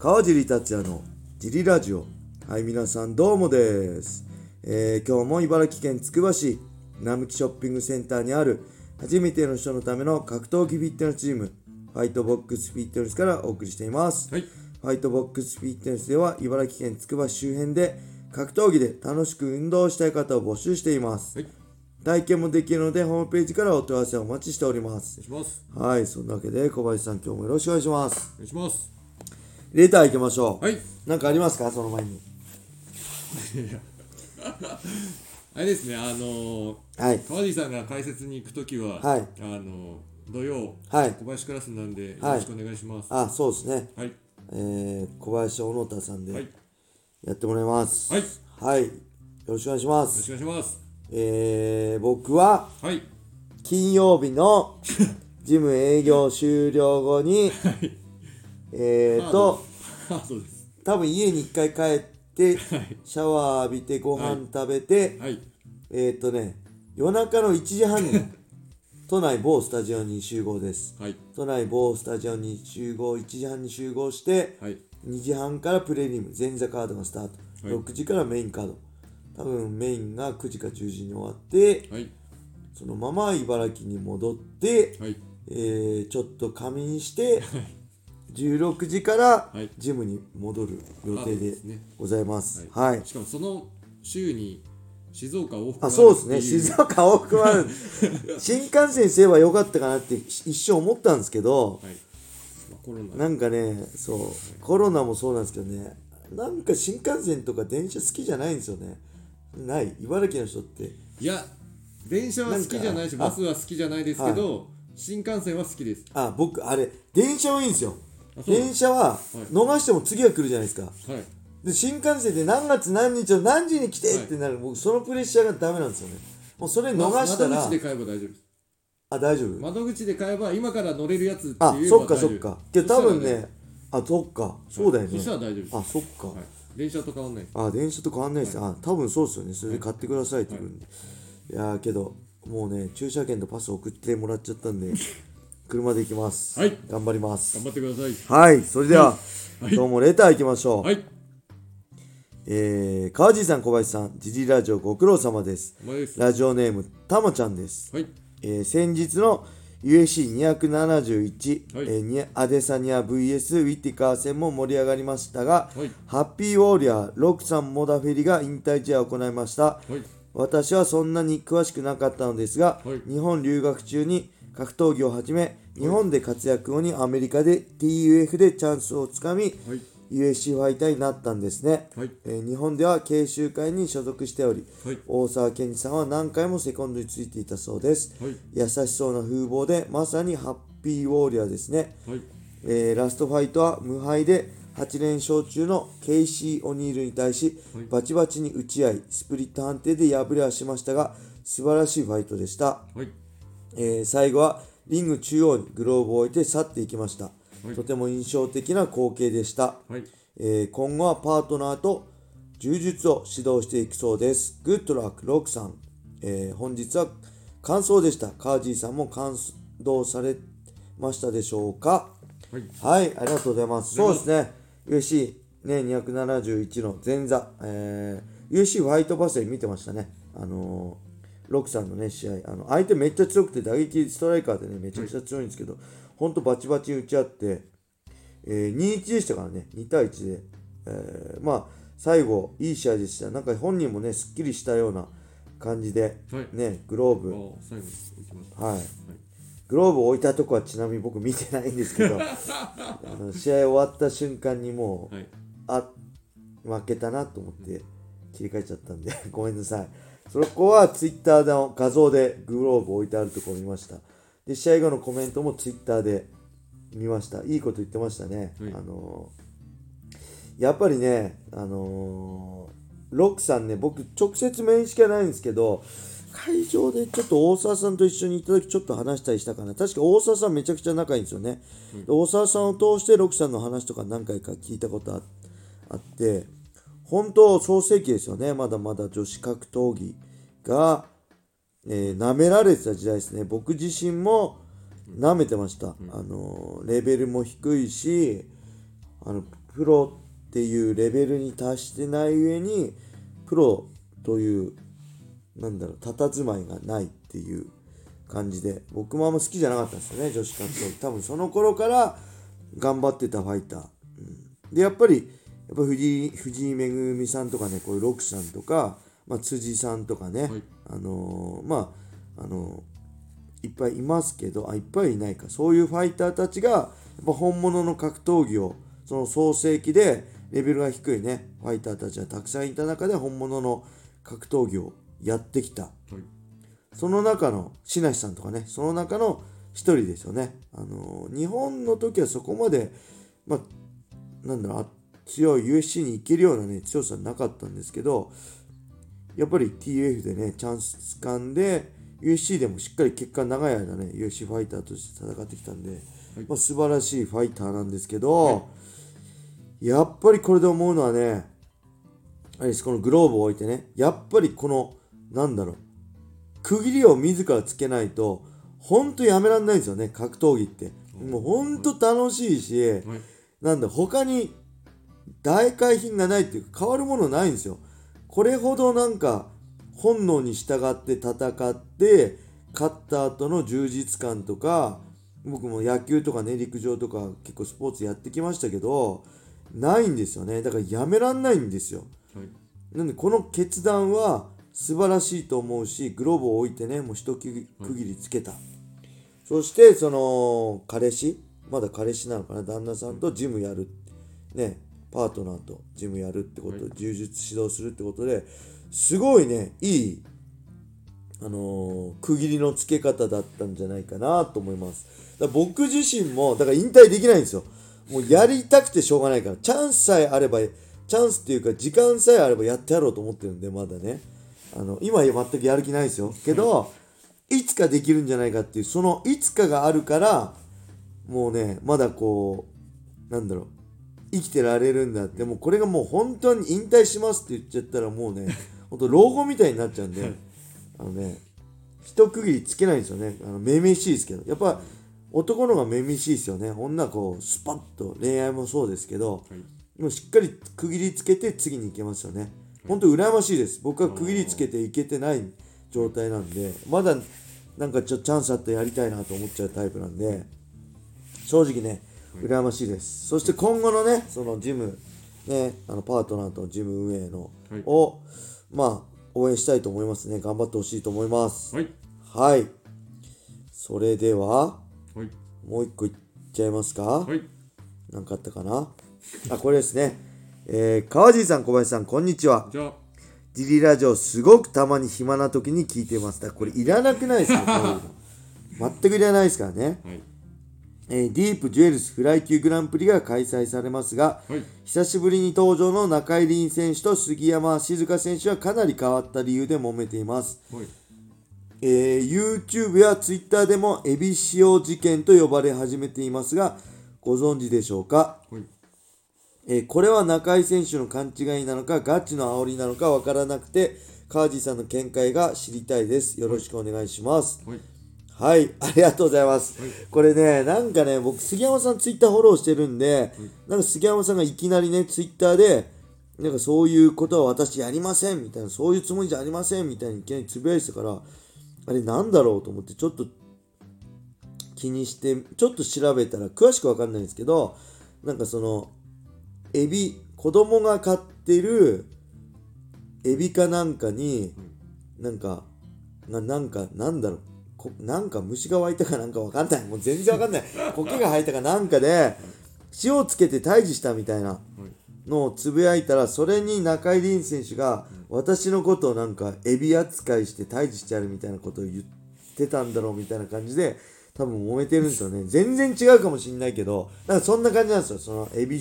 川尻達也のジリラジオ。はい、皆さんどうもです。今日も茨城県つくば市並木ショッピングセンターにある初めての人のための格闘技フィットネスチームファイトボックスフィットネスからお送りしています。 はい、 ファイトボックスフィットネスでは茨城県つくば市周辺で格闘技で楽しく運動したい方を募集しています。 はい、 体験もできるのでホームページからお問い合わせをお待ちしております。 お願いします。 はい、そんなわけで小林さん今日もよろしくお願いします。 お願いします。 レター行きましょう。 はい。 なんかありますか、その前に。 あれですね、 はい。 川尻さんが解説に行くときは、 はい。 土曜、 はい。 小林クラスなんで、よはいろしくお願いします。 あ、そうですね。 はい。 小林小野田さんではい。 やってもらいます。 はい。 はい。よろしくお願いしまよろしす。 くお願いします。 僕ははい。 金曜日のジム営業終了後に、 そうです。 多分家に一回帰って、 はい。 シャワー浴びてご飯食べて、 はい。 夜中の1時半に都内某スタジオに集合です。 はい。 都内某スタジオに1時半に集合して、 はい。 2時半からプレリム、前座カードがスタート。 はい、 6時からメインカード。多分メインが9時か10時に終わって、 はい。 そのまま茨城に戻って、 はい。 ちょっと仮眠して、16時からはい。 ジムに戻る予定ですね。 ございます。 はい。 はい。 しかもその週に静岡往復があるそうですね。静岡往復はある。新幹線すればよかったかなって一瞬思ったんですけど、 はい。コロナなんかね、そう、コロナもそうなんですけどね、なんか新幹線とか電車好きじゃないんですよね。ない？茨城の人って。 いや、電車は好きじゃないし、バスは好きじゃないですけど、新幹線は好きです。 僕、あれ、電車はいいんですよ。 そう電車は逃しても次が来るじゃないですか。 はい。 で、新幹線で何月何日の何時に来てってなる、僕、そのプレッシャーがダメなんですよね。もうそれ逃したら。 窓口で買えば大丈夫です。 あ、大丈夫？ 窓口で買えば、今から乗れるやつってあ、 言えばそっか大丈夫。 そっか。けど多分ね、そっか、そうだよね。 そしたら大丈夫です。 あ、そっか。 はい。電車と変わんない。 電車と変わんないです。多分そうですよね。それで買ってくださいって言うんで。いやー、けど、もうね、駐車券とパス送ってもらっちゃったんで、車で行きます。 はい。 頑張ります。 頑張ってください。 はい、それでは、 はい、 今日もレター行きましょう。 はい。 川尻さん、小林さん、ジジラジオご苦労様です。ラジオネーム、たまちゃんです。 はい。 先日の UFC271、 はい、 アデサニア VS ウィティカー戦も盛り上がりましたが、 はい、 ハッピーウォーリアー、ロクさん、モダフェリが引退試合を行いました。 はい、 私はそんなに詳しくなかったのですが、 はい、 日本留学中に格闘技を始め、日本で活躍後にアメリカで TUF でチャンスをつかみ、 はい、 UFC ファイターになったんですね。 はい、 日本では慶州会に所属しており、 はい、 大沢健二さんは何回もセコンドについていたそうです。 はい、 優しそうな風貌でまさにハッピーウォーリアーですね。 はい、 ラストファイトは無敗で8連勝中のケイシー・オニールに対し、バチバチに打ち合いスプリット判定で敗れはしましたが素晴らしいファイトでした。 はい、 最後はリング中央にグローブを置いて去っていきました。 はい、 とても印象的な光景でした。 はい、 今後はパートナーと柔術を指導していくそうです。グッドラックロックさん、本日は感想でした。カージーさんも感動されましたでしょうか。 はい、 はい、ありがとうございます。そうですね、UFC、ね、271の前座、UFC ファイトパスで見てましたね。ロックさんのね、試合。相手めっちゃ強くて、打撃ストライカーでね、めちゃくちゃ強いんですけど、ほんとバチバチ打ち合って、2-1でしたからね、2対1で。まあ、最後、いい試合でした。なんか本人もね、すっきりしたような感じで、ね、グローブ、 最後に置きました。 はい。グローブを置いたとこはちなみに僕見てないんですけど、試合終わった瞬間にもう、負けたなと思って切り替えちゃったんで、ごめんなさい。そこはツイッターの画像でグローブ置いてあるところを見ました。で、試合後のコメントもツイッターで見ました。いいこと言ってましたね。やっぱりね、ロックさんね、僕直接面識はないんですけど、会場でちょっと大沢さんと一緒にいた時ちょっと話したりしたかな。確か大沢さんめちゃくちゃ仲いいんですよね。大沢さんを通してロックさんの話とか何回か聞いたことあって、本当創世記ですよね。まだまだ女子格闘技が、舐められてた時代ですね。僕自身舐めてました。レベルも低いし、 プロっていうレベルに達してない上にプロという佇まいがないっていう感じで、僕もあんま好きじゃなかったんですよね、女子格闘技。多分その頃から頑張ってたファイター、でやっぱり藤井めぐみさんとかね、こういうロクさんとか、辻さんとかね、 はい、 いっぱいいますけど、いっぱいいないか、そういうファイターたちがやっぱ本物の格闘技を、その創世期でレベルが低いねファイターたちがたくさんいた中で本物の格闘技をやってきた、その中のシナシさんとかね、その中の一人ですよね。日本の時はそこまで強い UFC に行けるようなね強さなかったんですけど、やっぱり TF でねチャンス掴んで UFC でもしっかり結果長い間ね UFC ファイターとして戦ってきたんで、素晴らしいファイターなんですけど、やっぱりこれで思うのはね、このグローブを置いてね、やっぱりこの区切りを自らつけないとほんとやめらんないんですよね、格闘技って。もうほんと楽しいし、他に代替品がないっていうか変わるものないんですよ。これほど本能に従って戦って勝った後の充実感とか、僕も野球とかね陸上とか結構スポーツやってきましたけどないんですよね。だからやめらんないんですよ。なんでこの決断は素晴らしいと思うし、グローブを置いてねもう一区切りつけた、そしてそのまだ彼氏なのかな、旦那さんとジムやるね、パートナーとジムやるってこと、柔術指導するってことですごいねいい区切りのつけ方だったんじゃないかなと思います。だから僕自身もだから引退できないんですよ。もうやりたくてしょうがないから、チャンスっていうか時間さえあればやってやろうと思ってるんで、まだね今は全くやる気ないですよけど、いつかできるんじゃないかっていう、そのいつかがあるからもうねまだ生きてられるんだって。もうこれがもう本当に引退しますって言っちゃったらもうね本当老後みたいになっちゃうんで一区切りつけないんですよね。めめしいですけど、やっぱ男の方がめめしいですよね。女スパッと恋愛もそうですけど、もうしっかり区切りつけて次に行けますよね。本当羨ましいです。僕は区切りつけていけてない状態なんで、まだチャンスあったらやりたいなと思っちゃうタイプなんで、正直ね羨ましいです。そして今後のねそのジムねパートナーとジム運営のを応援したいと思いますね。頑張ってほしいと思います。はい、それでは、もう一個いっちゃいますか。何かあったかな。これですね。川尻さん、小林さん、こんにちは。ジリラジオすごくたまに暇な時に聞いてます。これいらなくないですか全くいらないですからね。ディープジュエルスフライ級グランプリが開催されますが、久しぶりに登場の中井凛選手と杉山静香選手はかなり変わった理由で揉めています。YouTube や Twitter でもエビ塩事件と呼ばれ始めていますが、ご存知でしょうか。これは中井選手の勘違いなのかガチの煽りなのかわからなくて、川地さんの見解が知りたいです。よろしくお願いします。はい、ありがとうございます。これね、僕、杉山さんツイッターフォローしてるんで、杉山さんがいきなりね、ツイッターで、そういうことは私やりませんみたいな、そういうつもりじゃありませんみたいにいきなりつぶやいてたから、あれなんだろうと思ってちょっと気にして、ちょっと調べたら、詳しくわかんないんですけど、子供が飼ってるエビかなんかに、なんだろう、虫が湧いたかなんかわかんない。もう全然わかんない。苔が生えたかなんかで、塩をつけて退治したみたいなのをつぶやいたら、それに中井凛選手が、私のことをエビ扱いして退治してやるみたいなことを言ってたんだろうみたいな感じで、多分揉めてるんですよね。全然違うかもしんないけど、そんな感じなんですよ。そのエビ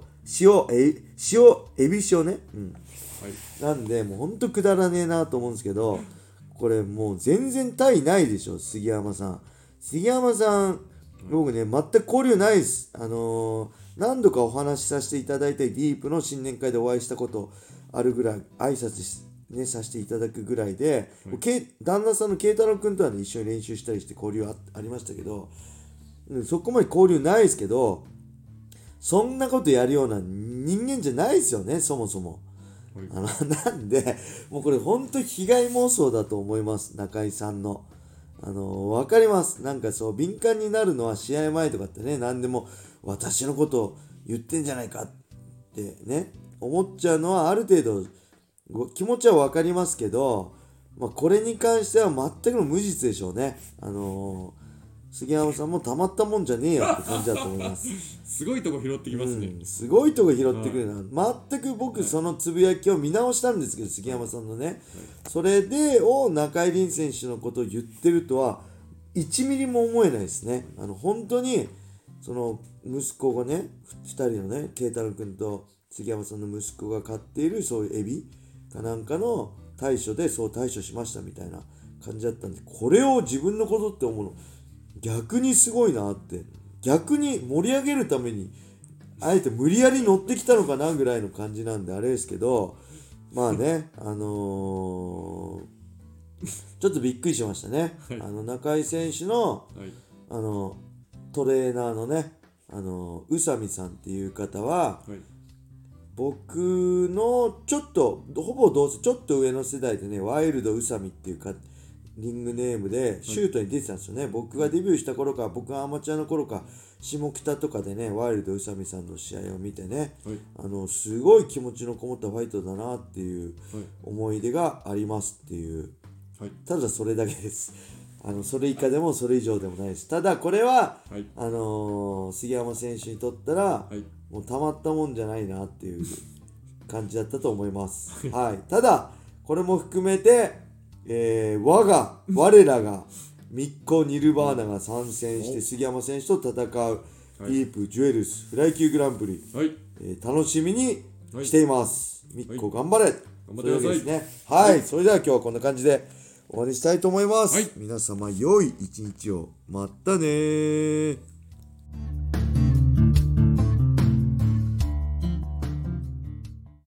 塩ね。なんで、もうほんとくだらねえなと思うんですけど、これもう全然対ないでしょ、杉山さん。杉山さん、僕ね、全く交流ないです。何度かお話しさせていただいて、ディープの新年会でお会いしたことあるぐらい、挨拶させていただくぐらいで、旦那さんの慶太郎君とはね、一緒に練習したりして交流 ありましたけど、そこまで交流ないですけど、 そんなことやるような人間じゃないですよね、そもそも。なんで、もうこれ本当に被害妄想だと思います、中井さんの。わかります。なんかそう、敏感になるのは試合前とかってね、何でも私のことを言ってんじゃないかってね、思っちゃうのはある程度、気持ちはわかりますけど、これに関しては全くの無実でしょうね。杉山さんもたまったもんじゃねえよって感じだと思いますすごいとこ拾ってきますね、 すごいとこ拾ってくるな、全く僕そのつぶやきを見直したんですけど、杉山さんのね、それで中井凛選手のことを言ってるとは1ミリも思えないですね。本当にその息子がね、2人のね、慶太郎君と杉山さんの息子が飼っているそういうエビかなんかの対処でそう対処しましたみたいな感じだったんで、これを自分のことって思うの逆にすごいなって、逆に盛り上げるためにあえて無理やり乗ってきたのかなぐらいの感じなんであれですけど、まあねちょっとびっくりしましたね、中井選手の、トレーナーのね宇佐美さんっていう方は、僕のちょっとほぼ同世ちょっと上の世代でね、ワイルド宇佐美っていうかリングネームでシュートに出てたんですよね、僕がデビューした頃か、僕がアマチュアの頃か、下北とかでね、ワイルド宇佐美さんの試合を見てね、すごい気持ちのこもったファイトだなっていう思い出がありますっていう、ただそれだけです。それ以下でもそれ以上でもないです。ただこれは、杉山選手にとったら、もうたまったもんじゃないなっていう感じだったと思います。ただこれも含めて我らがミッコ・ニルバーナが参戦して杉山選手と戦うディープ・ジュエルスフライ級グランプリ、楽しみにしています。ミッコ頑張れ、 頑張ってください。 ですね。それでは今日はこんな感じで終わりにしたいと思います。皆様良い一日を。またねー。